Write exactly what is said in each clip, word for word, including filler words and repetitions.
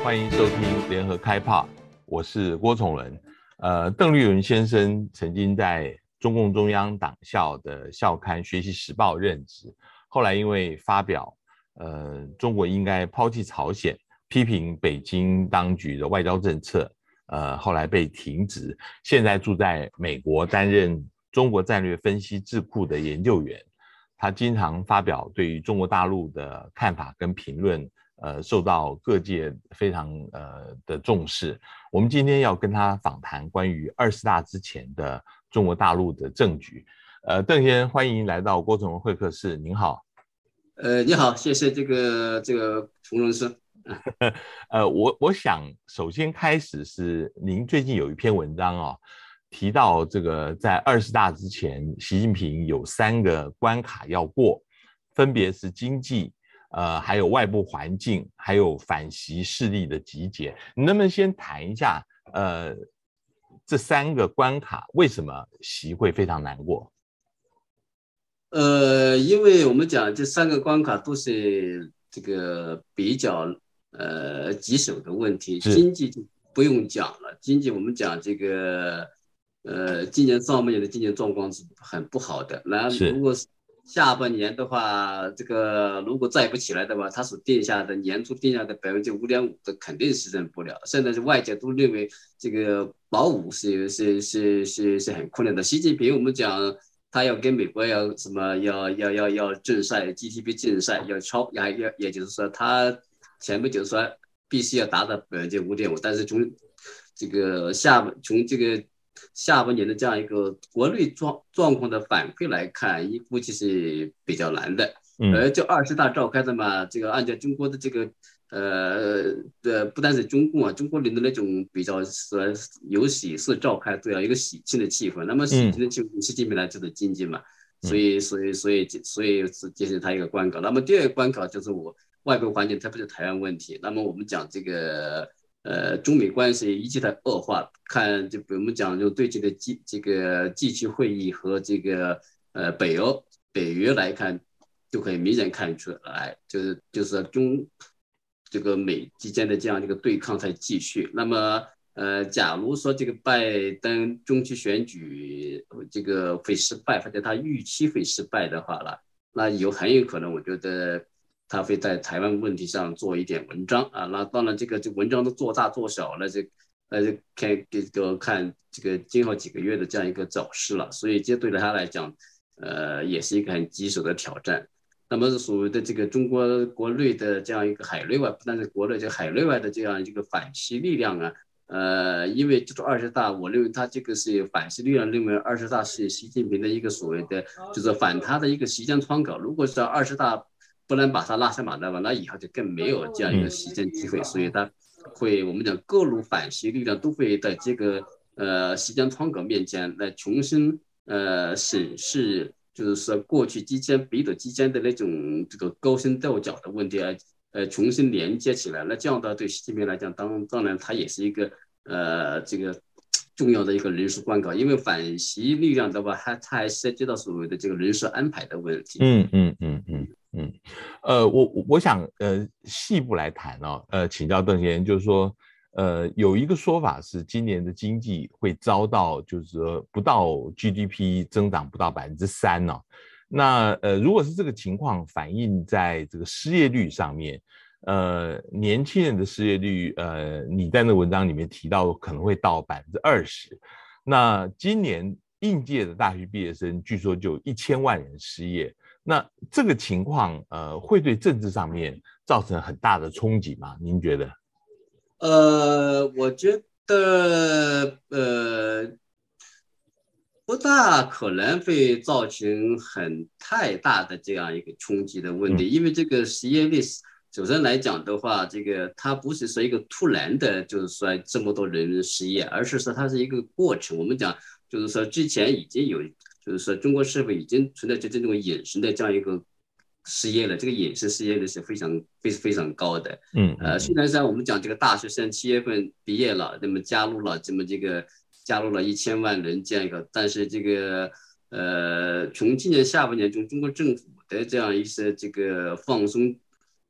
欢迎收听联合开炮，我是郭崇伦。呃，邓丽文先生曾经在中共中央党校的校刊《学习时报》任职，后来因为发表呃中国应该抛弃朝鲜，批评北京当局的外交政策，呃，后来被停职。现在住在美国，担任中国战略分析智库的研究员。他经常发表对于中国大陆的看法跟评论，呃，受到各界非常呃的重视。我们今天要跟他访谈关于二十大之前的中国大陆的政局。呃，邓先生，欢迎来到郭崇文会客室，您好。 呃，你好，谢谢这个这个崇伦师。 呃，我我想首先开始是您最近有一篇文章哦，提到这个在二十大之前，习近平有三个关卡要过，分别是经济，呃，还有外部环境，还有反习势力的集结。你能不能先谈一下，呃，这三个关卡为什么习会非常难过？ 呃，因为我们讲这三个关卡都是这个比较呃棘手的问题， 是经济就不用讲了，经济我们讲这个呃，今年上半年的经济状况是很不好的，那如是， 果是下半年的话，这个如果再不起来的话，它所定下的年初定下的百分之五点五的肯定实现不了，现在是外界都认为这个保五是是是是是很困难的。习近平我们讲。他要跟美国要什么要要要要竞赛 G D P 竞赛要超要要也就是说他前面就是说必须要达到百分之五点五，但是从这个下从这个下半年的这样一个国内状状况的反馈来看，估计是比较难的。 嗯， 而就二十大召开的嘛，这个按照中国的这个呃的，不单是中共啊，中国人的那种比较说有喜事召开，都要一个喜庆的气氛。那么喜庆的气氛，习近平来就是经济嘛，所嗯以所以所以所以是这是他一个关口。那么第二个关口就是我外部环境，特别是台湾问题。那么我们讲这个呃中美关系一直在恶化，看就比如我们讲就最近的 G 这个 G 七会议和这个呃北欧北约来看。就可以明显看出来，就是就是中这个美之间的这样一个对抗在继续。那么，呃，假如说这个拜登中期选举这个会失败，或者他预期会失败的话了，那有很有可能，我觉得他会在台湾问题上做一点文章啊。那当然，这个这文章的做大做小了，这呃看这个看这个今后几个月的这样一个走势了。所以，这对他来讲，呃，也是一个很棘手的挑战。那么是所谓的这个中国国内的这样一个海内外，不但是国内，就海内外的这样一个反西力量啊，呃，因为就是二十大，我认为他这个是反西力量认为二十大是习近平的一个所谓的就是反他的一个席间窗口。如果是二十大不能把他拉下马的话，那以后就更没有这样一个席间机会，所以他会我们讲各路反西力量都会在这个呃席间窗口面前来重新呃审视。就是说过去之间彼此之间的那种这个勾心斗角的问题啊，呃，重新连接起来。那这样的对习近平来讲，当当然他也是一个呃这个重要的一个人事关口，因为反习力量的话，它它还涉及到所谓的这个人事安排的问题。 嗯嗯嗯嗯嗯，呃，我我想呃细部来谈哦，呃，请教邓先生，就是说，呃，有一个说法是今年的经济会遭到，就是说不到 G D P 增长不到百分之三哦。那呃，如果是这个情况反映在这个失业率上面，呃，年轻人的失业率，呃，你在那文章里面提到可能会到百分之二十。那今年应届的大学毕业生据说就一千万人失业。那这个情况，呃，会对政治上面造成很大的冲击吗？您觉得？ 呃，我觉得呃不大可能会造成很太大的这样一个冲击的问嗯题，因为这个失业率首先来讲的话，这个它不是说一个突然的，就是说这么多人失业，而是说它是一个过程。我们讲就是说之前已经有，就是说中国社会已经存在着这种隐形的这样一个失业了，这个隐形失业率是非常非非常高的。呃，虽嗯嗯嗯然说我们讲这个大学生七月份毕业了，那么加入了这么这个加入了一千万人这样一个，但是这个呃，从今年下半年中，中国政府的这样一些这个放松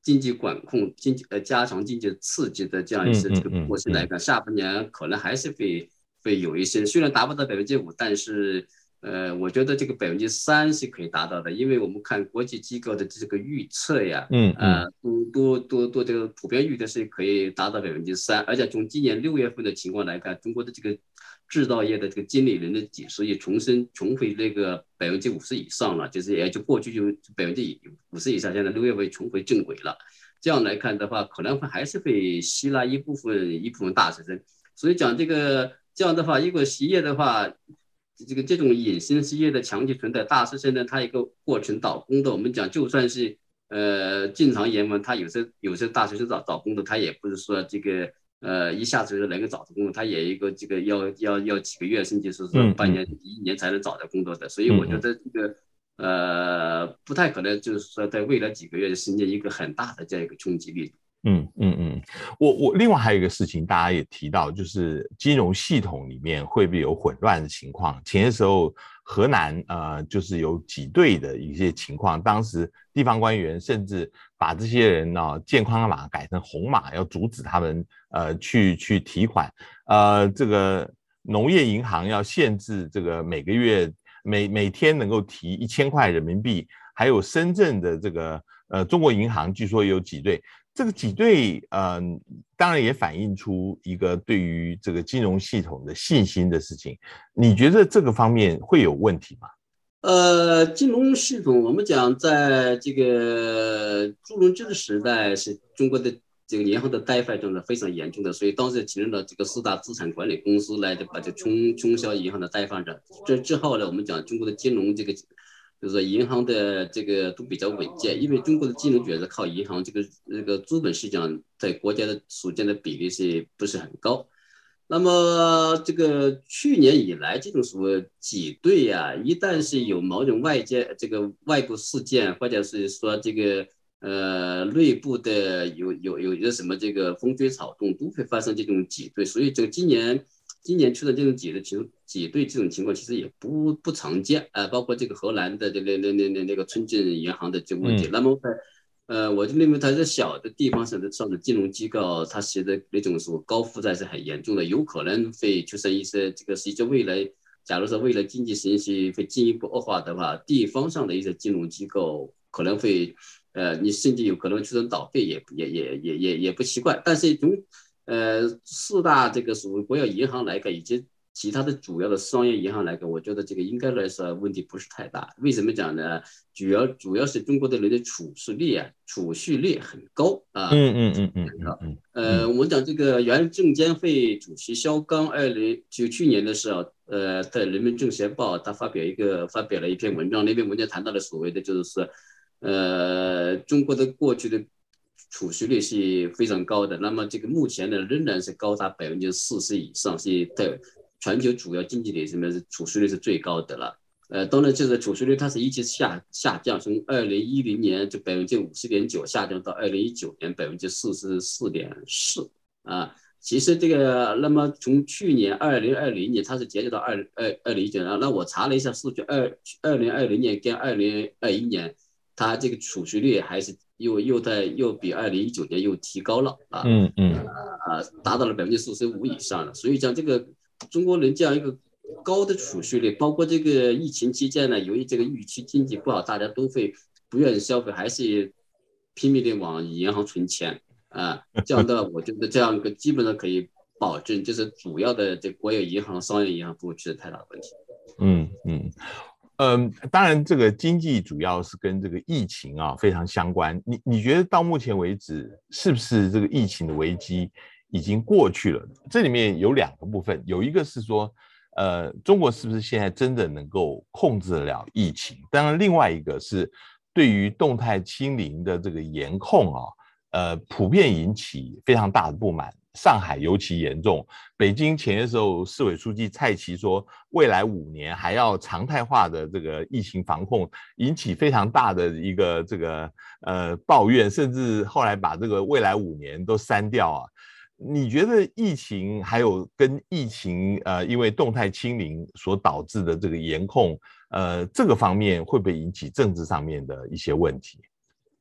经济管控、经济呃加强经济刺激的这样一些这个措施来看，下半年可能还是会会有一些，虽然达不到百分之五，但是呃，我觉得这个百分之三是可以达到的，因为我们看国际机构的这个预测呀， 嗯嗯， 呃，都都都都这个普遍预测是可以达到百分之三，而且从今年六月份的情况来看，中国的这个制造业的这个经理人的几十亿重新重回那个百分之五十以上了，就是也就过去就百分之五十以上，现在六月份重回正轨了。这样来看的话，可能会还是会吸纳一部分一部分大学生。所以讲这个这样的话，如果失业的话，这个这种隐形失业的长期存在，大学生呢，他一个过程找工作，我们讲就算是呃正常人嘛，他有些有些大学生找找工作，他也不是说这个。呃，一下子就能够找到工作，他也一个这个要要要几个月，甚至是说半年、嗯嗯、一年才能找到工作的，所以我觉得这个呃不太可能，就是说在未来几个月形成一个很大的这样一个冲击力。 嗯嗯嗯，我我另外还有一个事情，大家也提到，就是金融系统里面会不会有混乱的情况？前些时候河南呃就是有挤兑的一些情况，当时地方官员甚至把这些人呢、呃、健康码改成红码，要阻止他们呃去去提款。呃，这个农业银行要限制这个每个月每每天能够提一千块人民币，还有深圳的这个呃中国银行据说也有挤兑。这个挤兑，呃，当然也反映出一个对于这个金融系统的信心的事情。你觉得这个方面会有问题吗？ 呃，金融系统，我们讲，在这个朱镕基的时代，是中国的这个银行的贷款状况非常严重的，所以当时请任了这个四大资产管理公司来把这冲冲销银行的贷款者。这之后呢，我们讲中国的金融这个。就是说银行的这个都比较稳健，因为中国的金融主要是靠银行，这个这个资本市场在国家的所占的比例是不是很高？那么这个去年以来，这种所谓挤兑呀、啊，一旦是有某种外界这个外部事件，或者是说这个呃内部的有有有一个什么这个风吹草动，都会发生这种挤兑。所以这个今年。今年出的这种挤兑情挤兑这种情况其实也不不常见啊、呃，包括这个荷兰的这个那那那那个村镇银行的这个问题。嗯、那么在呃，我就认为它在小的地方上的上的金融机构，它写的那种什么高负债是很严重的，有可能会出现一些这个是一些未来，假如说未来经济形势会进一步恶化的话，地方上的一些金融机构可能会呃，你甚至有可能出现倒闭也也也也也也不奇怪，但是从呃，四大这个所谓国有银行来看，以及其他的主要的商业银行来看，我觉得这个应该来说问题不是太大。为什么讲呢？主要主要是中国的人的储蓄率啊，储蓄率很高啊。 嗯嗯嗯嗯嗯呃，我们讲这个原证监会主席肖钢，二零就去年的时候，呃，在《人民政协报》他发表一个发表了一篇文章，那篇文章谈到了所谓的就是说，呃，中国的过去的。储蓄率是非常高的，那么这个目前呢仍然是高达百分之四十以上，是在全球主要经济体里面是储蓄率是最高的了。呃，当然这个储蓄率它是一直下下降，从二零一零年就百分之五十点九下降到二零一九年百分之四十四点四啊。其实这个，那么从去年二零二零年它是截止到二二二零一九年，那我查了一下数据，二二零二零年跟二零二一年。它这个储蓄率还是又又在又比二零一九年又提高了啊， 嗯嗯啊，达到了百分之四十五以上了。所以讲这个中国人这样一个高的储蓄率，包括这个疫情期间呢，由于这个预期经济不好，大家都会不愿意消费，还是拼命的往银行存钱啊。这样的，我觉得这样一个基本上可以保证，就是主要的这国有银行、商业银行不会出现太大的问题。 嗯嗯。嗯，当然，这个经济主要是跟这个疫情啊非常相关。你你觉得到目前为止，是不是这个疫情的危机已经过去了？这里面有两个部分，有一个是说，呃，中国是不是现在真的能够控制得了疫情？当然，另外一个是对于动态清零的这个严控啊，呃，普遍引起非常大的不满。上海尤其严重，北京前些时候市委书记蔡奇说，未来五年还要常态化的这个疫情防控，引起非常大的一个这个呃抱怨，甚至后来把这个未来五年都删掉啊。你觉得疫情还有跟疫情呃因为动态清零所导致的这个严控，呃这个方面会不会引起政治上面的一些问题？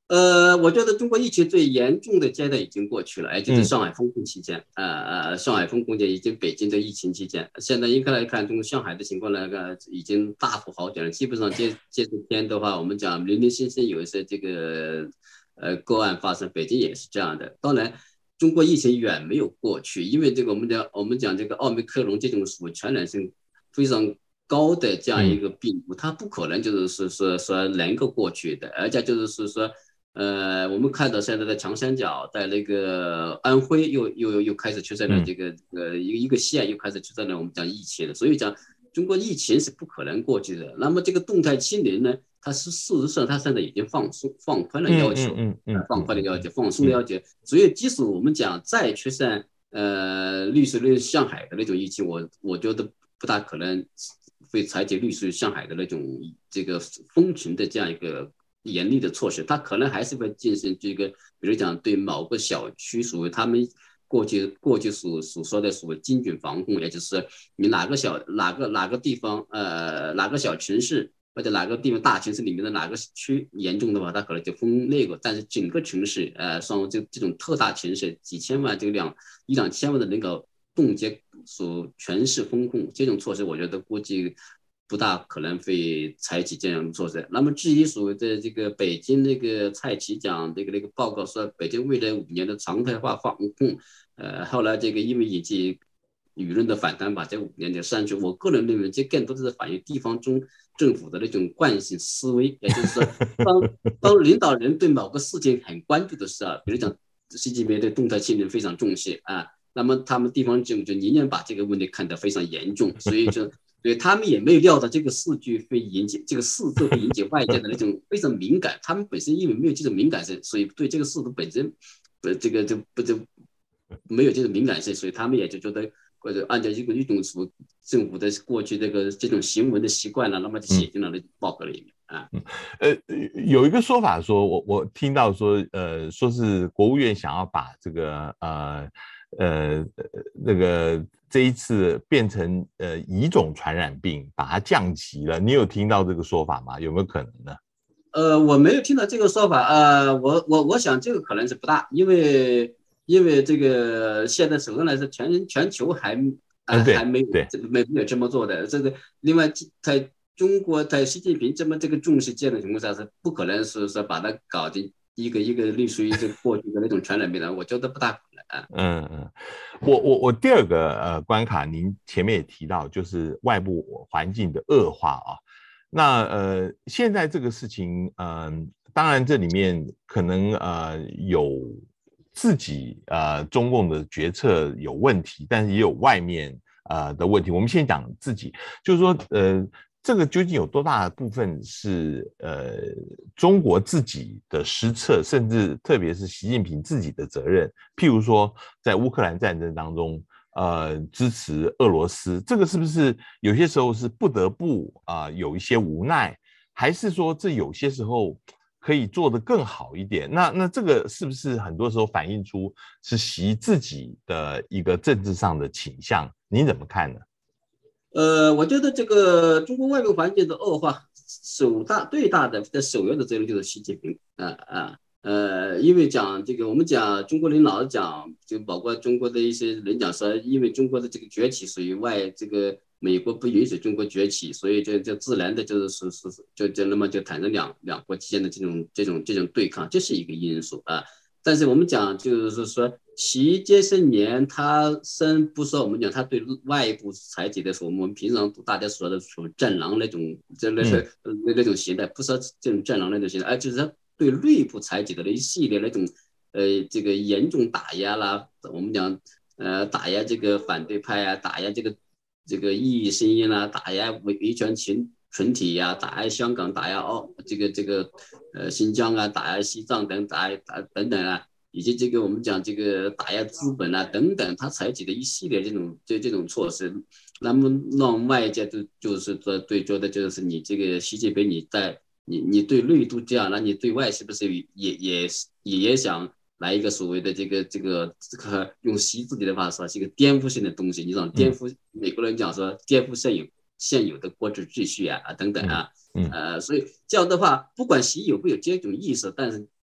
呃，我觉得中国疫情最严重的阶段已经过去了，也就是上海封控期间，呃呃，上海封控期间以及北京的疫情期间，现在应该来看，从上海的情况来看，已经大幅好转了。基本上这这几天的话，我们讲零零星星有一些这个呃个案发生，北京也是这样的。当然，中国疫情远没有过去，因为这个我们讲我们讲这个奥密克戎这种属于传染性非常高的这样一个病毒，它不可能就是说说说能够过去的，而且就是说。呃，我们看到现在的长三角，在那个安徽又又又开始出现了这个呃一个一个县又开始出现了我们讲疫情了，所以讲中国疫情是不可能过去的。那么这个动态清零呢，它是事实上它现在已经放松放宽了要求， 嗯嗯嗯， 放宽了要求，放松了要求。所以即使我们讲再出现呃类似于上海的那种疫情，我我觉得不大可能会采取类似于上海的那种这个封城的这样一个。严厉的措施，他可能还是会进行这个，比如讲对某个小区属于他们过去过去所所说的所谓精准防控，也就是你哪个小哪个哪个地方呃哪个小城市或者哪个地方大城市里面的哪个区严重的话，他可能就封那个，但是整个城市呃像这这种特大城市几千万这个两一两千万的人口冻结所全市封控这种措施，我觉得估计。不大可能会采取这样的措施。那么至于所谓的这个北京那个蔡奇讲这个那个报告说，北京未来五年的常态化防控，呃，后来这个因为引起舆论的反弹，把这五年就删去。我个人认为，这更多的是反映地方中政府的那种惯性思维，也就是说，当当领导人对某个事情很关注的时候，比如讲习近平对动态清零非常重视啊，那么他们地方政府就宁愿把这个问题看得非常严重，所以就。对他们也没有料到这个数据会引起这个数字会引起外界的那种非常敏感，他们本身因为没有这种敏感性，所以对这个数字本身，呃，这个就不就没有这种敏感性，所以他们也就觉得或者按照一个一种属政府的过去这个这种行为的习惯了，那么就写进了那报告里面啊。 呃，有一个说法说，我我听到说，呃，说是国务院想要把这个呃呃那个这一次变成呃乙种传染病，把它降级了。你有听到这个说法吗？有没有可能呢？ 呃，我没有听到这个说法，呃，我我我想这个可能是不大，因为因为这个现在首先来说，全全球还呃还没有这没没有这么做的。这个另外在中国在习近平这么这个重视这样的情况下，是不可能是说把它搞成一个一个类似于这过去的那种传染病的，我觉得不大可能啊。 嗯嗯，我我我第二个呃关卡，您前面也提到，就是外部环境的恶化啊。那呃，现在这个事情，嗯、呃，当然这里面可能呃有自己呃中共的决策有问题，但是也有外面呃的问题。我们先讲自己，就是说呃。这个究竟有多大的部分是呃中国自己的失策，甚至特别是习近平自己的责任？譬如说，在乌克兰战争当中，呃，支持俄罗斯，这个是不是有些时候是不得不啊、呃、有一些无奈，还是说这有些时候可以做得更好一点？那那这个是不是很多时候反映出是习自己的一个政治上的倾向？你怎么看呢？ 呃，我觉得这个中国外部环境的恶化，首大最大的的首要的责任就是习近平啊啊呃，因为讲这个，我们讲中国领导讲，就包括中国的一些人讲说，因为中国的这个崛起属于外这个美国不允许中国崛起，所以就就自然的就是是是就就那么就产生两两国之间的这种这种这种对抗，这是一个因素啊。但是我们讲就是说，习这些年他先不说，我们讲他对外部采取的是我们平常大家说的说战狼那种就那个那那种形态，不说这种战狼那种形态，而就是他对内部采取的一系列那种呃这个严重打压啦，我们讲呃打压这个反对派啊，打压这个这个异议声音啦，打压维维权群群体呀、啊，打压香港，打压澳这个这个呃新疆啊，打压西藏等打压打等等啊，以及这个我们讲这个打压资本啊等等，他采取的一系列这种这这种措施，那么让外界都就是说对觉得就是你这个习近平你在你你对内都这样，那你对外是不是也也也也想来一个所谓的这个这个这个用习自己的话说是一个颠覆性的东西？你想颠覆美国人讲说颠覆现有现有的国际秩序啊啊等等啊，呃，所以这样的话，不管习有没有这种意识，但是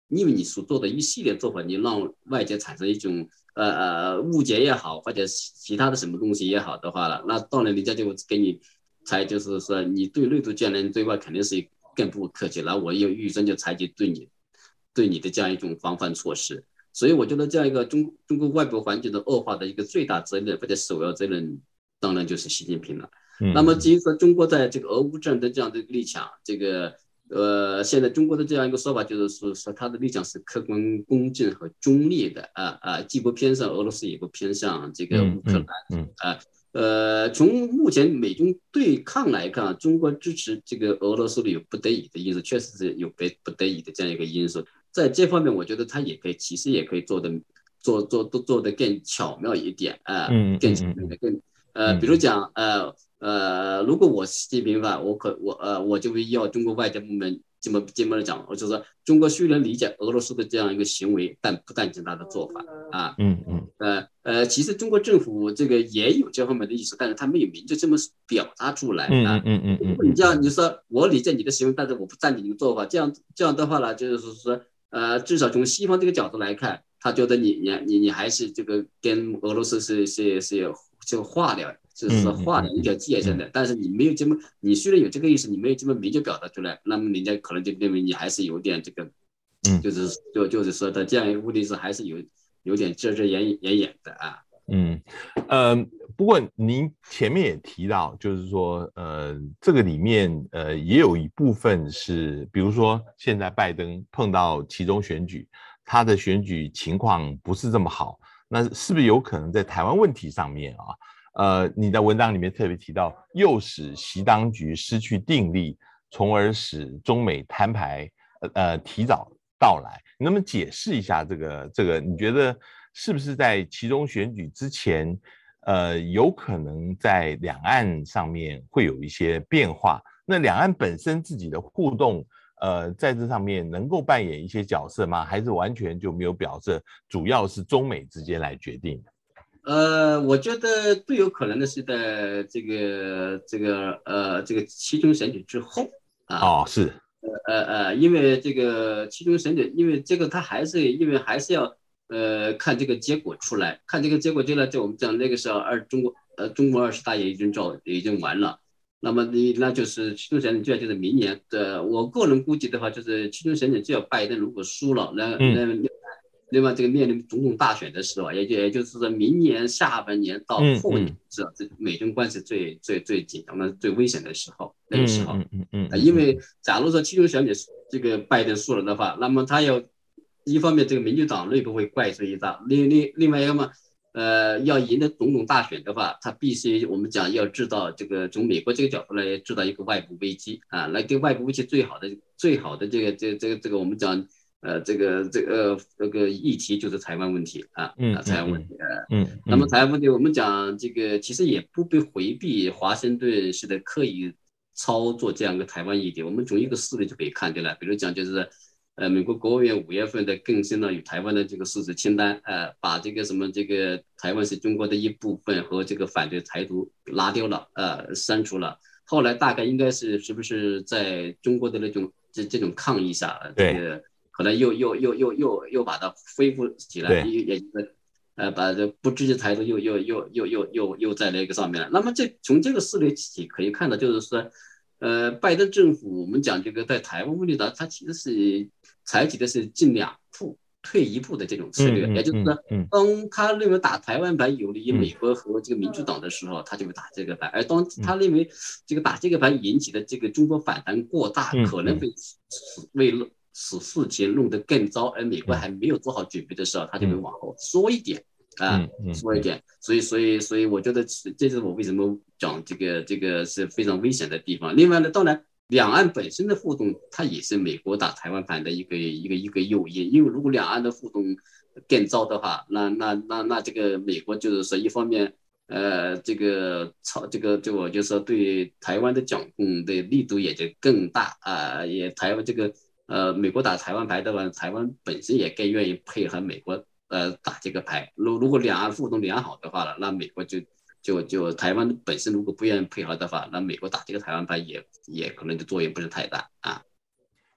因为你所做的一系列做法，你让外界产生一种呃呃误解也好，或者其他的什么东西也好的话了，那当然人家就给你才就是说你对内部见人对外肯定是更不客气，然后我有预先就采取对你对你的这样一种防范措施。所以我觉得这样一个中中国外部环境的恶化的一个最大责任或者首要责任，当然就是习近平了。嗯、那么至于说中国在这个俄乌战争这样的立场，这个呃，现在中国的这样一个说法就是说，说他的立场是客观、公正和中立的啊啊，既不偏向俄罗斯，也不偏向这个乌克兰。嗯啊呃，从目前美中对抗来看，中国支持这个俄罗斯的有不得已的因素，确实是有被不得已的这样一个因素。在这方面，我觉得他也可以，其实也可以做的做做都做得更巧妙一点啊，呃，更巧妙的更呃，比如讲呃。呃，如果我是习近平的话，我可我呃我就会要中国外交部门这么这么讲，我就说中国虽然理解俄罗斯的这样一个行为，但不赞成他的做法啊。嗯嗯。呃呃，其实中国政府这个也有这方面的意思，但是他没有明确这么表达出来啊。嗯嗯嗯嗯。你这样你说我理解你的行为，但是我不赞成你的做法，这样这样的话呢，就是说呃，至少从西方这个角度来看，他觉得你你你你还是这个跟俄罗斯是是是有就化掉。就是说画了一条界限的，嗯嗯嗯、但是你没有这么，你虽然有这个意思，你没有这么明确表达出来，那么人家可能就认为你还是有点这个，嗯，就是就就是说的这样一个目的是还是有有点遮遮掩掩掩的啊。 嗯，呃，不过您前面也提到，就是说，呃，这个里面呃也有一部分是，比如说现在拜登碰到期中选举，他的选举情况不是这么好，那是不是有可能在台湾问题上面啊？呃，你的文章里面特别提到，诱使习当局失去定力，从而使中美摊牌呃提早到来。你能不能解释一下这个这个？你觉得是不是在期中选举之前，呃，有可能在两岸上面会有一些变化？那两岸本身自己的互动，呃，在这上面能够扮演一些角色吗？还是完全就没有表色？主要是中美之间来决定的？ 呃，我觉得最有可能的是在这个这个呃这个期中选举之后啊。 哦，是。 呃呃，因为这个期中选举，因为这个他还是因为还是要呃看这个结果出来，看这个结果出来，就我们讲那个时候二中国呃中国二十大也已经照已经完了，那么你那就是期中选举就要就是明年的，我个人估计的话，就是期中选举就要拜登如果输了，那那。嗯另外，这个面临总统大选的时候，也就也就是说明年下半年到后年是这美中关系最最最紧张的、最危险的时候。那个时候，嗯嗯嗯，嗯因为假如说期中选举这个拜登输了的话，那么他要一方面这个民主党内部会怪罪一大，另另另外一个嘛，呃，要赢得总统大选的话，他必须我们讲要制造这个从美国这个角度来制造一个外部危机啊，来对外部危机最好的最好的这个这这个这个我们讲。呃，这个这个这个议题就是台湾问题啊，嗯，台湾问题，呃，嗯，嗯那么台湾问题我们讲这个其实也不被回避，华盛顿是的刻意操作这样一个台湾议题，我们从一个事例就可以看见了，比如讲就是，呃，美国国务院五月份的更新了与台湾的这个事实清单，呃，把这个什么这个台湾是中国的一部分和这个反对台独拿丢了，呃，删除了，后来大概应该是是不是在中国的那种这这种抗议下，这个。可能又又又又又又把它恢复起来，也也呃把这不支持台独又又又又又又又在那个上面了。那么这从这个事例起可以看到，就是说，呃，拜登政府我们讲这个在台湾问题上，他其实是采取的是进两步退一步的这种策略，嗯嗯、也就是说，当他认为打台湾牌有利于美国和这个民主党的时候，他就会打这个牌；而当他认为这个打这个牌引起的这个中国反弹过大，可能会为了。使事情弄得更糟，而美国还没有做好准备的时候，他就会往后缩一点啊，缩一点。所以，所以，所以，我觉得这是我为什么讲这个这个是非常危险的地方。另外呢，当然，两岸本身的互动，它也是美国打台湾牌的一个一个一个诱因。因为如果两岸的互动更糟的话，那那那那这个美国就是说，一方面，呃，这个操这个就我就说对台湾的掌控的力度也就更大啊，也台湾这个。呃，美国打台湾牌的话，台湾本身也更愿意配合美国呃打这个牌。如如果两岸互动良好的话了，那美国就就就台湾本身如果不愿意配合的话，那美国打这个台湾牌也也可能的作用不是太大啊。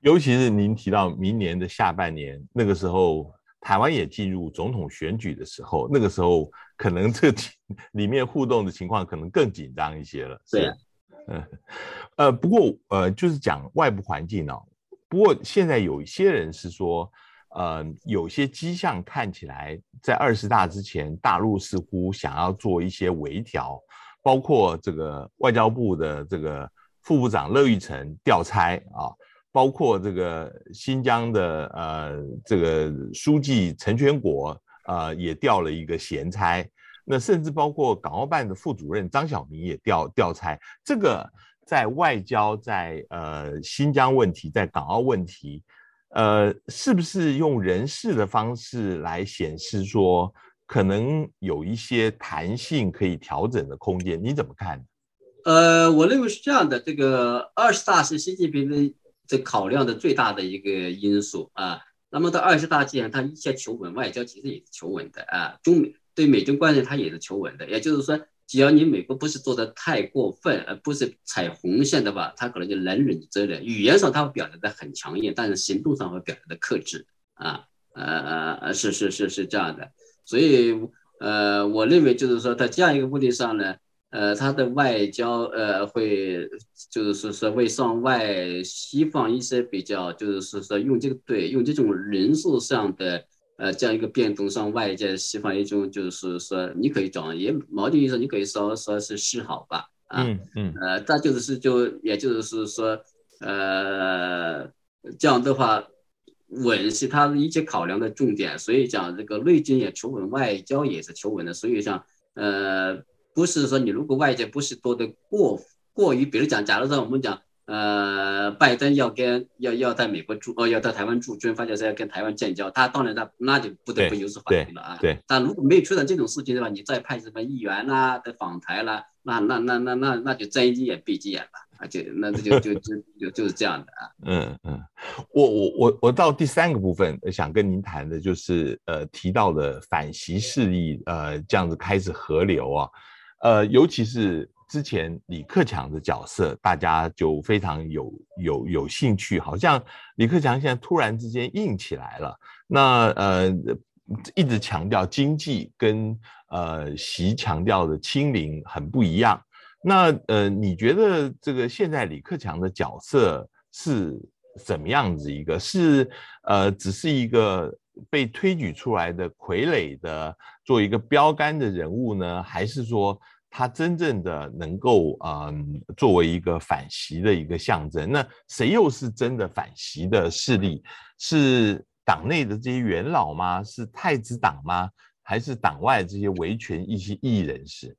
尤其是您提到明年的下半年，那个时候台湾也进入总统选举的时候，那个时候可能这里面互动的情况可能更紧张一些了。 对啊， 嗯，呃，不过呃，就是讲外部环境哦。不过现在有一些人是说，呃，有些迹象看起来，在二十大之前，大陆似乎想要做一些微调，包括这个外交部的这个副部长乐玉成调差啊，包括这个新疆的呃这个书记陈全国呃也调了一个闲差。那甚至包括港澳办的副主任张晓明也调调差，这个在外交、在呃新疆问题、在港澳问题，呃，是不是用人事的方式来显示说，可能有一些弹性可以调整的空间？你怎么看？ 呃，我认为是这样的，这个二十大是习近平的这考量的最大的一个因素啊。那么到二十大既然他一切求稳，外交其实也是求稳的啊，中美对美中关系他也是求稳的，也就是说，只要你美国不是做的太过分，而不是踩红线的话，他可能就能忍则忍。语言上他会表达的很强硬，但是行动上会表达的克制啊，呃呃，是是是是这样的。所以呃，我认为就是说，在这样一个问题上呢。呃，他的外交呃会就是说会向外释放一些比较，就是说用这个对用这种人数上的呃这样一个变动向外界释放一种，就是说你可以讲也毛定义说你可以说说是示好吧啊， 嗯嗯呃，但就是就也就是说呃这样的话。稳是他的一切考量的重点，所以讲这个内政也求稳，外交也是求稳的，所以讲呃。不是说你如果外界不是多的过过于，比如讲，假如说我们讲，呃，拜登要跟要要在美国驻，呃，要在台湾驻军，或者是要跟台湾建交，他当然他那就不得不有所反应了啊。 对。 但如果没有出现这种事情的话，你再派什么议员啦的访台啦，那那那那那那就睁一只眼闭一只眼了啊，就那就就就就就是这样的啊。 嗯嗯，我我我我到第三个部分想跟您谈的就是呃提到的反习势力呃这样子开始合流啊。呃，尤其是之前李克强的角色，大家就非常有有有兴趣，好像李克强现在突然之间硬起来了。那呃，一直强调经济跟呃习强调的清零很不一样。那呃，你觉得这个现在李克强的角色是怎么样子一个？是呃，只是一个被推举出来的傀儡的做一个标杆的人物呢，还是说他真正的能够嗯作为一个反习的一个象征？那谁又是真的反习的势力？是党内的这些元老吗？是太子党吗？还是党外这些维权一些异议人士？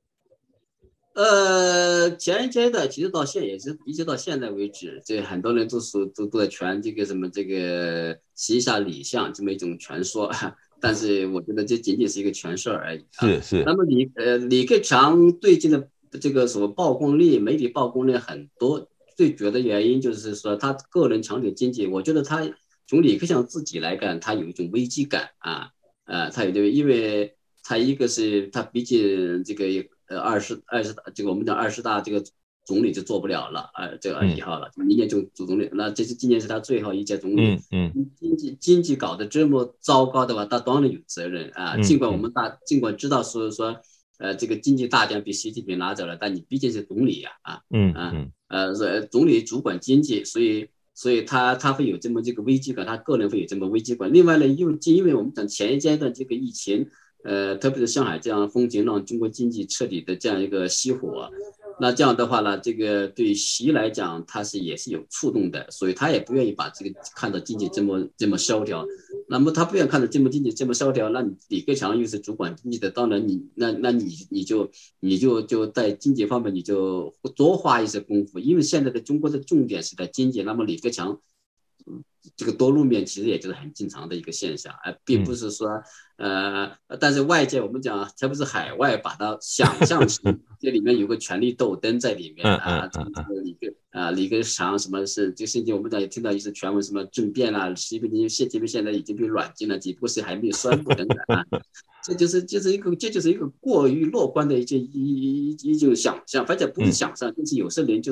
呃，前一阶段其实到现也是一直到现在为止，这很多人都是都都在传这个什么这个习下李相这么一种传说，但是我觉得这仅仅是一个传说而已啊。 是是。 那么李呃李克强最近的这个什么曝光率、媒体曝光率很多，最主要的原因就是说他个人强调经济，我觉得他从李克强自己来看，他有一种危机感啊，呃，他有这个，因为他一个是他毕竟这个。呃，二十二十这个我们讲二十大这个总理就做不了了，呃，这个二十一号了，明年就主总理，那这是今年是他最后一届总理， 嗯嗯， 经济经济搞得这么糟糕的话，他当然有责任啊。尽管我们大尽管知道说说，呃，这个经济大奖被习近平拿走了，但你毕竟是总理呀，啊， 嗯嗯呃，总理主管经济，所以所以他他会有这么这个危机感，他个人会有这么危机感。另外呢，又因为我们讲前一阶段这个疫情。呃，特别是上海这样风景让中国经济彻底的这样一个熄火，那这样的话呢，这个对习来讲，他是也是有触动的，所以他也不愿意把这个看到经济这么这么萧条。那么他不愿意看到这么经济这么萧条，那你李克强又是主管经济的，当然你那那你你就你就就在经济方面你就多花一些功夫，因为现在的中国的重点是在经济，那么李克强。这个多路面其实也就是很正常的一个现象，而并不是说，呃，但是外界我们讲，特别是海外，把它想象成这里面有个权力斗争在里面啊，这个李克啊，李克强什么是，就甚至我们讲也听到一些传闻，什么政变啦，习近平习近平现在已经被软禁了，只不过是还没有宣布等等啊，这就是就是一个这就是一个过于乐观的一些一一一种想象，反正不是想象，就是有些人就是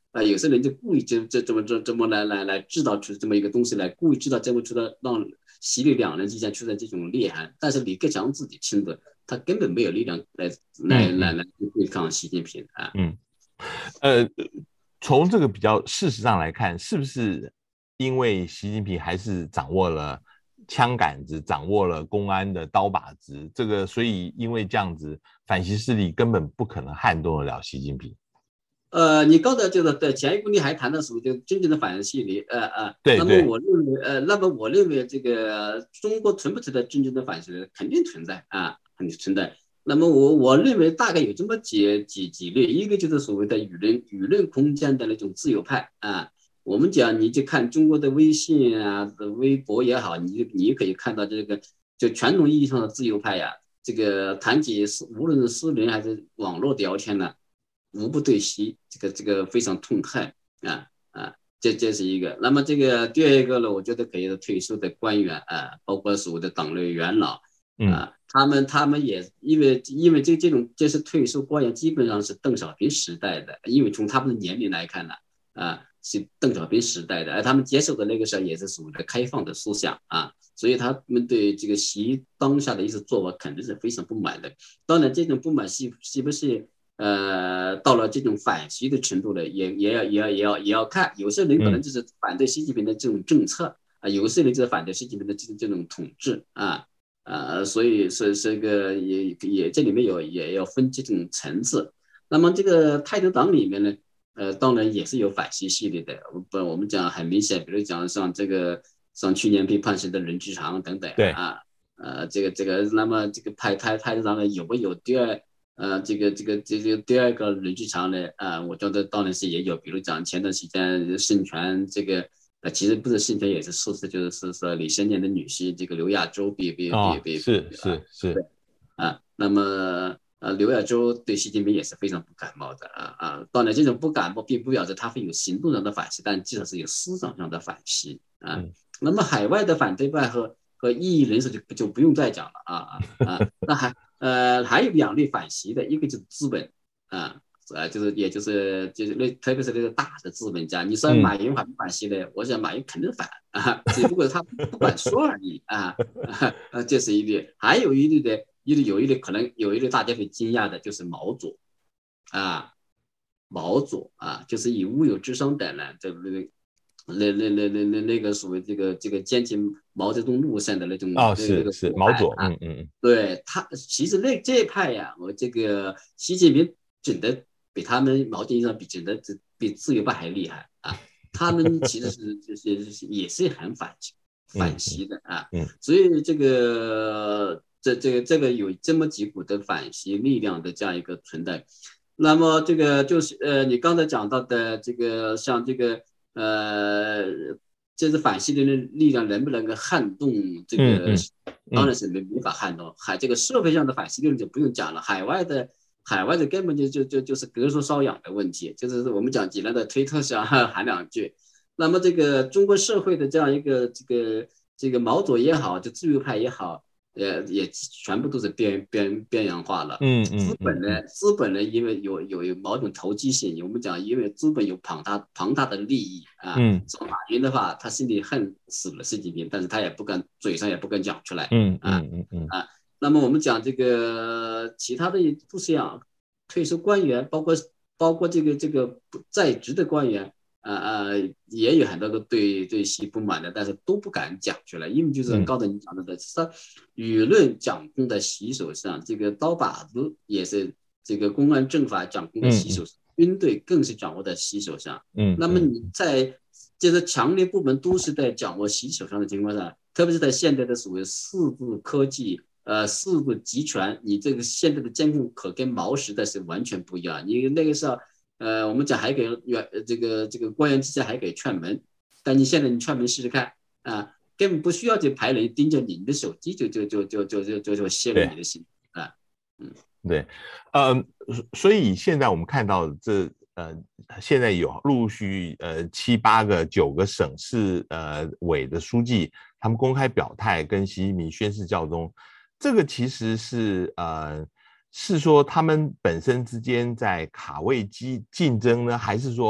啊，有些人就故意就这这么这这么来来来制造出这么一个东西来，故意制造这么出的让习李两人之间出现这种裂痕。但是李克强自己清楚，他根本没有力量来来来来对抗习近平啊。 嗯，呃，从这个比较事实上来看，是不是因为习近平还是掌握了枪杆子，掌握了公安的刀把子，这个所以因为这样子，反习势力根本不可能撼动得了习近平。 呃，你刚才就是在前一个你还谈的时候，就真正的反习力，呃呃， 对对。 那么我认为，呃，那么我认为这个中国存不存在真正的反习力，肯定存在啊，肯定存在。那么我我认为大概有这么几几几类，一个就是所谓的舆论舆论空间的那种自由派啊。我们讲，你就看中国的微信啊、微博也好，你你可以看到这个就传统意义上的自由派呀，这个谈起私无论是私人还是网络聊天呢，无不对习这个这个非常痛恨啊啊，这这是一个。那么这个第二个呢，我觉得可以是退休的官员啊，包括所谓的党内元老啊，他们他们也因为因为这这种这是退休官员，基本上是邓小平时代的，因为从他们的年龄来看呢，啊是邓小平时代的，而他们接受的那个时候也是所谓的开放的思想啊，所以他们对这个习当下的一些做法肯定是非常不满的。当然，这种不满是是不是？呃，到了这种反习的程度呢，也也要也要也要也要看，有些人可能就是反对习近平的这种政策啊，有些人就是反对习近平的这这种统治啊啊，所以是是个也也这里面有也要分这种层次。那么这个太子党里面呢，呃，当然也是有反习系列的，不，我们讲很明显，比如讲像这个像去年被判刑的任志强等等啊，呃，这个这个，那么这个太太太子党呢有没有第二？呃，这个这个这个第二个任志强呢，啊，我觉得当然是也有，比如讲前段时间盛传这个，呃，其实不是盛传，也是事实，就是是说李先念的女婿这个刘亚洲被被被被是是是， 对啊，那么呃刘亚洲对习近平也是非常不感冒的啊啊，当然这种不感冒并不表示他会有行动上的反击，但至少是有思想上的反击啊。那么海外的反对派和和异议人士就就不用再讲了啊啊啊，那还。呃，还有两类反习的，一个就是资本啊，呃，就是也就是就是那特别是那个大的资本家，你说马云反不反习呢？我想马云肯定反啊，只不过他不敢说而已啊啊，这是一类。还有一类的，一类有一类可能有一类大家会惊讶的，就是毛左啊，毛左啊，就是以乌有之商等人，对不对？那那那那那那个所谓这个这个坚持毛泽东路线的那种哦， 那个那个是是毛左， 啊， 嗯嗯， 对他其实那这一派呀，我这个习近平整的比他们毛泽东比整的比自由派还厉害啊，他们其实是就是也是很反反习的啊， 嗯， 所以这个这这个这个有这么几股的反习力量的这样一个存在，那么这个就是呃你刚才讲到的这个像这个。呃，这是反西的力量能不能够撼动这个？ 嗯嗯、 当然是没没法撼动。海这个社会上的反西力量就不用讲了，海外的海外的根本就就就就是隔靴搔痒的问题，就是我们讲济南的推特上喊两句。那么这个中国社会的这样一个这个这个毛左也好，就自由派也好。呃，也全部都是边边边缘化了。 嗯嗯， 资本呢，资本呢，因为有有有某种投机性，我们讲，因为资本有庞大庞大的利益啊。嗯。说马云的话，他心里恨死了习近平，但是他也不敢，嘴上也不敢讲出来。 嗯嗯嗯嗯啊。那么我们讲这个其他的不是样，退休官员，包括包括这个这个在职的官员。呃呃，也有很多个对对习不满的，但是都不敢讲出来，因为就是刚才你讲的的，是舆论掌控在习手上，这个刀把子也是这个公安政法掌控在习手上，军队更是掌握在习手上。嗯，那么你在就是强烈部门都是在掌握习手上的情况下，特别是在现在的所谓四字科技。呃，四字集权，你这个现在的监控可跟毛时代是完全不一样。你那个时候。呃，我们讲还给原这个这个官员之间还给串门，但你现在你串门试试看啊，根本不需要去排人盯着你的手机就就就就就就就就泄露你的心啊， 嗯，对，呃，所以现在我们看到这呃，现在有陆续呃七八个九个省市呃委的书记，他们公开表态跟习近平宣誓效忠，这个其实是呃。是说他们本身之间在卡位竞竞争呢，还是说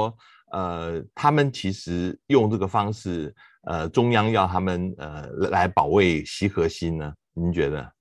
呃，他们其实用这个方式，呃，中央要他们呃来保卫习核心呢？您觉得？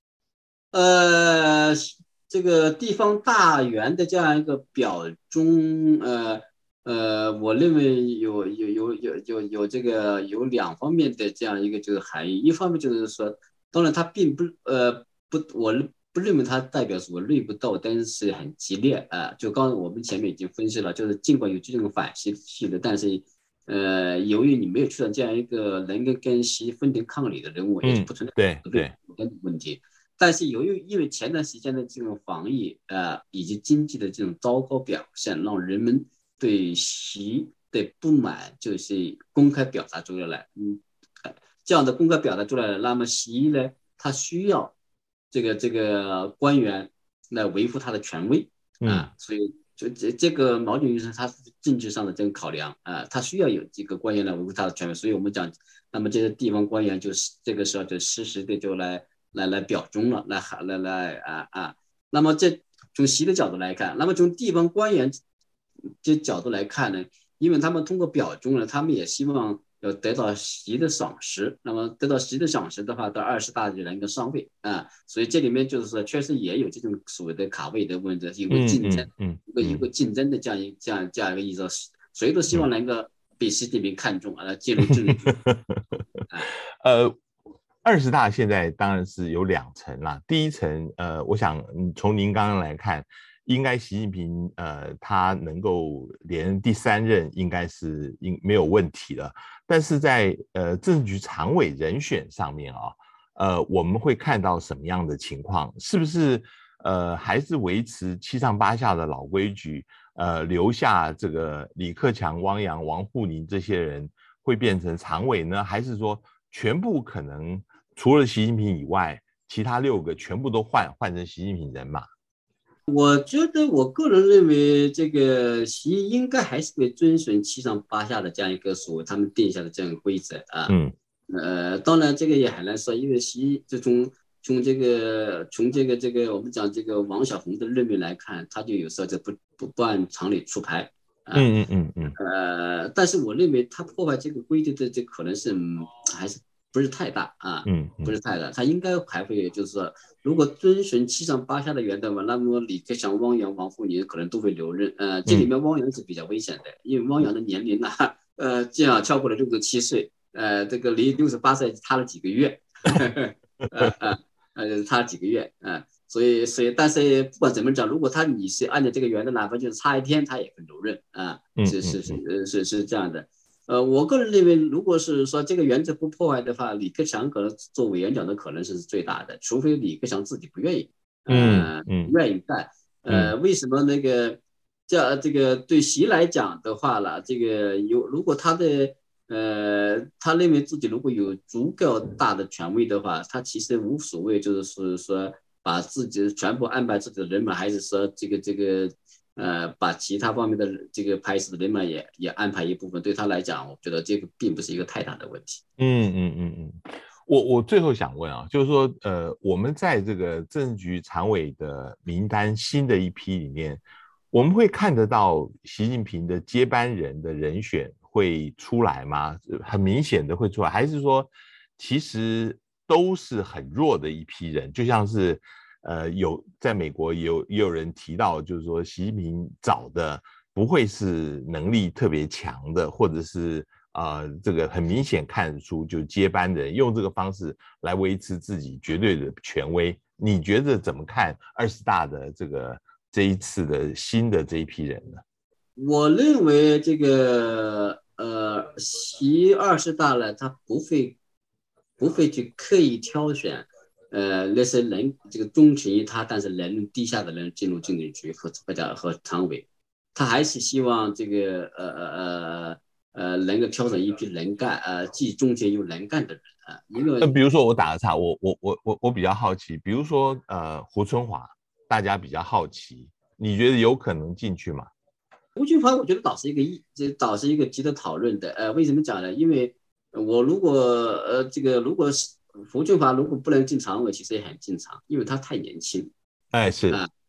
呃，这个地方大员的这样一个表忠，呃呃，我认为有有有有有有这个有两方面的这样一个就是含义。一方面就是说，当然它并不呃不，我不认为它代表什么内部斗争是很激烈啊、呃。就刚刚我们前面已经分析了，就是尽管有这种反习系的，但是呃，由于你没有出现这样一个能够跟习分庭抗礼的人物，也就嗯， 不存在对对， 内部斗争的问题。但是由于因为前段时间的这种防疫呃以及经济的这种糟糕表现，让人们对习的不满就是公开表达出来了，嗯，这样的公开表达出来了，那么习呢，他需要这个这个官员来维护他的权威嗯啊，所以就这这个毛主席他是政治上的这个考量啊，他需要有这个官员来维护他的权威，所以我们讲，那么这些地方官员就是这个时候就实时的就来。来来表忠了，来来来啊啊！那么这从习的角度来看，那么从地方官员这角度来看呢，因为他们通过表忠呢，他们也希望要得到习的赏识。那么得到习的赏识的话，到二十大就能够上位啊。所以这里面就是说，确实也有这种所谓的卡位的问题，有个竞争， 嗯一个一个竞争的这样一这样这样一个意思，谁都希望能够被习近平看中啊，进入政治局啊。 呃，二十大现在当然是有两层啦。第一层，呃，我想从您刚刚来看，应该习近平呃他能够连第三任应该是应没有问题了。但是在呃政治局常委人选上面啊，呃，我们会看到什么样的情况？是不是呃还是维持七上八下的老规矩？呃，留下这个李克强、汪洋、王沪宁这些人会变成常委呢，还是说全部可能除了习近平以外，其他六个全部都换换成习近平人马？ 我觉得我个人认为，这个习应该还是会遵循七上八下的这样一个所谓他们定下的这样一个规则啊。 嗯呃，当然这个也很难说，因为习就从从这个从这个这个我们讲这个王小红的任命来看，他就有时候就不不不按常理出牌啊。 嗯嗯嗯嗯呃，但是我认为他破坏这个规则的这可能性还是不是太大啊， 嗯嗯不是太大。他应该还会就是说，如果遵循七上八下的原则嘛，那么李克强、汪洋、王沪宁可能都会留任。呃，这里嗯面汪洋是比较危险的，因为汪洋的年龄呢、啊，呃，正好超过了六十七岁，呃，这个离六十八岁差了几个月，呃呃呃，差了几个月啊。呃所以，所以，但是不管怎么讲，如果他你是按照这个原则，哪怕就是差一天，他也会留任啊， 嗯是是是嗯呃是是这样的。呃，我个人认为，如果是说这个原则不破坏的话，李克强可能做委员长的可能是最大的，除非李克强自己不愿意，呃， 嗯嗯不愿意干。呃， 嗯为什么那个这这个对习来讲的话了，这个有如果他的呃，他认为自己如果有足够大的权威的话，他其实无所谓，就是说把自己全部安排自己的人马，还是说这个这个呃，把其他方面的这个拍摄的人马也也安排一部分，对他来讲，我觉得这个并不是一个太大的问题。 嗯嗯嗯嗯。我我最后想问啊，就是说，呃，我们在这个政治局常委的名单新的一批里面，我们会看得到习近平的接班人的人选会出来吗？很明显的会出来，还是说其实都是很弱的一批人？就像是呃，有在美国也有也有人提到，就是说习近平找的不会是能力特别强的，或者是呃，这个很明显看得出，就接班人用这个方式来维持自己绝对的权威。你觉得怎么看二十大的这个这一次的新的这一批人呢？ 我认为这个呃，习二十大呢，他不会不会去刻意挑选，呃，那些人这个忠诚于他，但是能力低下的人进入政治局和或者和常委，他还是希望这个呃呃呃呃能够挑选一批能干，呃，既忠诚又能干的人啊，因那为比如说我打个岔，我我我我我比较好奇，比如说呃胡春华，大家比较好奇，你觉得有可能进去吗？ 胡军华，我觉得倒是一个议，这倒是一个值得讨论的。呃，为什么讲呢？因为我如果呃这个如果是胡军华如果不能进常委，其实也很正常，因为他太年轻哎，是， 啊。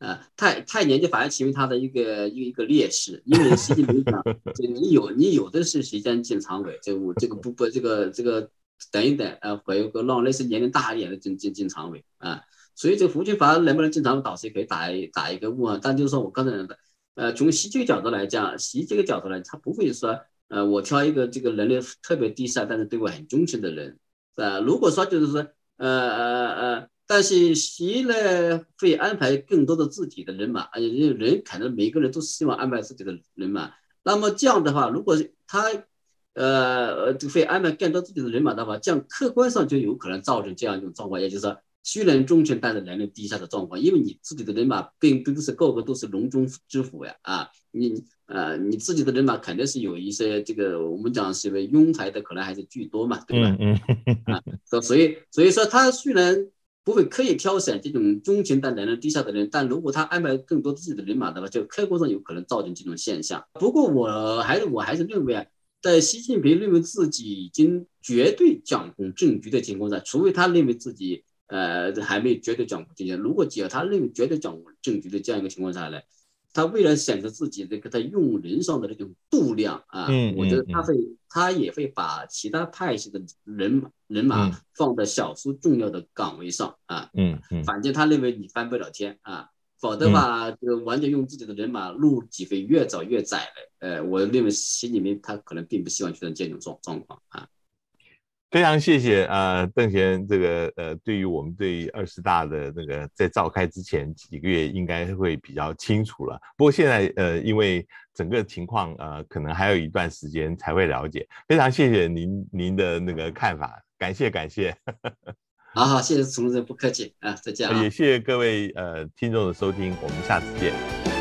呃，太太年纪反而成为他的一个一个一个劣势，因为习近平讲，就你有你有的是时间进常委，这我这个不不这个这个等一等，呃，会有个让类似年龄大一点的进进进常委啊，所以这个胡锦华能不能进常委，导师也可以打一打一个问号，但就是说我刚才讲的，呃，从习这个角度来讲，习这个角度来，他不会说，呃，我挑一个这个能力特别低下，但是对我很忠诚的人，呃，如果说就是说，呃呃呃。但是习呢会安排更多的自己的人马，而且人可能每个人都希望安排自己的人马。那么这样的话，如果他呃会安排更多自己的人马的话，这样客观上就有可能造成这样一种状况，也就是说虽然忠诚，但是能力低下的状况。因为你自己的人马并不是个个都是笼中之虎呀，啊，你呃你自己的人马肯定是有一些这个我们讲是为庸才的可能还是居多嘛，对吧？ 嗯嗯啊，所以所以说他虽然不会刻意挑选这种忠情但能力低下的人，但如果他安排更多自己的人马的话，就客观上有可能造成这种现象。不过我还是我还是认为啊，在习近平认为自己已经绝对掌控政局的情况下，除非他认为自己呃还没绝对掌控政局，如果只要他认为绝对掌控政局的这样一个情况下来，他为了显示自己这个他用人上的这种度量啊， 嗯、 我觉得他会、嗯、他也会把其他派系的人人马放在少数重要的岗位上啊， 嗯嗯， 反正他认为你翻不了天啊，否则的话就完全用自己的人马路几会越走越窄了。呃，我认为习近平他可能并不希望出现这种状状况啊。 非常谢谢呃邓先生这个呃对于我们对二十大的那个在召开之前几个月应该会比较清楚了，不过现在呃因为整个情况呃可能还有一段时间才会了解，非常谢谢您您的那个看法，感谢感谢。 好好，谢谢主持人，不客气啊，再见啊。 也谢谢各位呃听众的收听，我们下次见。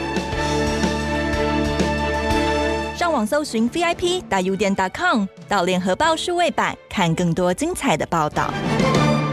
上网搜寻 V I P 大 U 点 com 到联合报数位版看更多精彩的报道。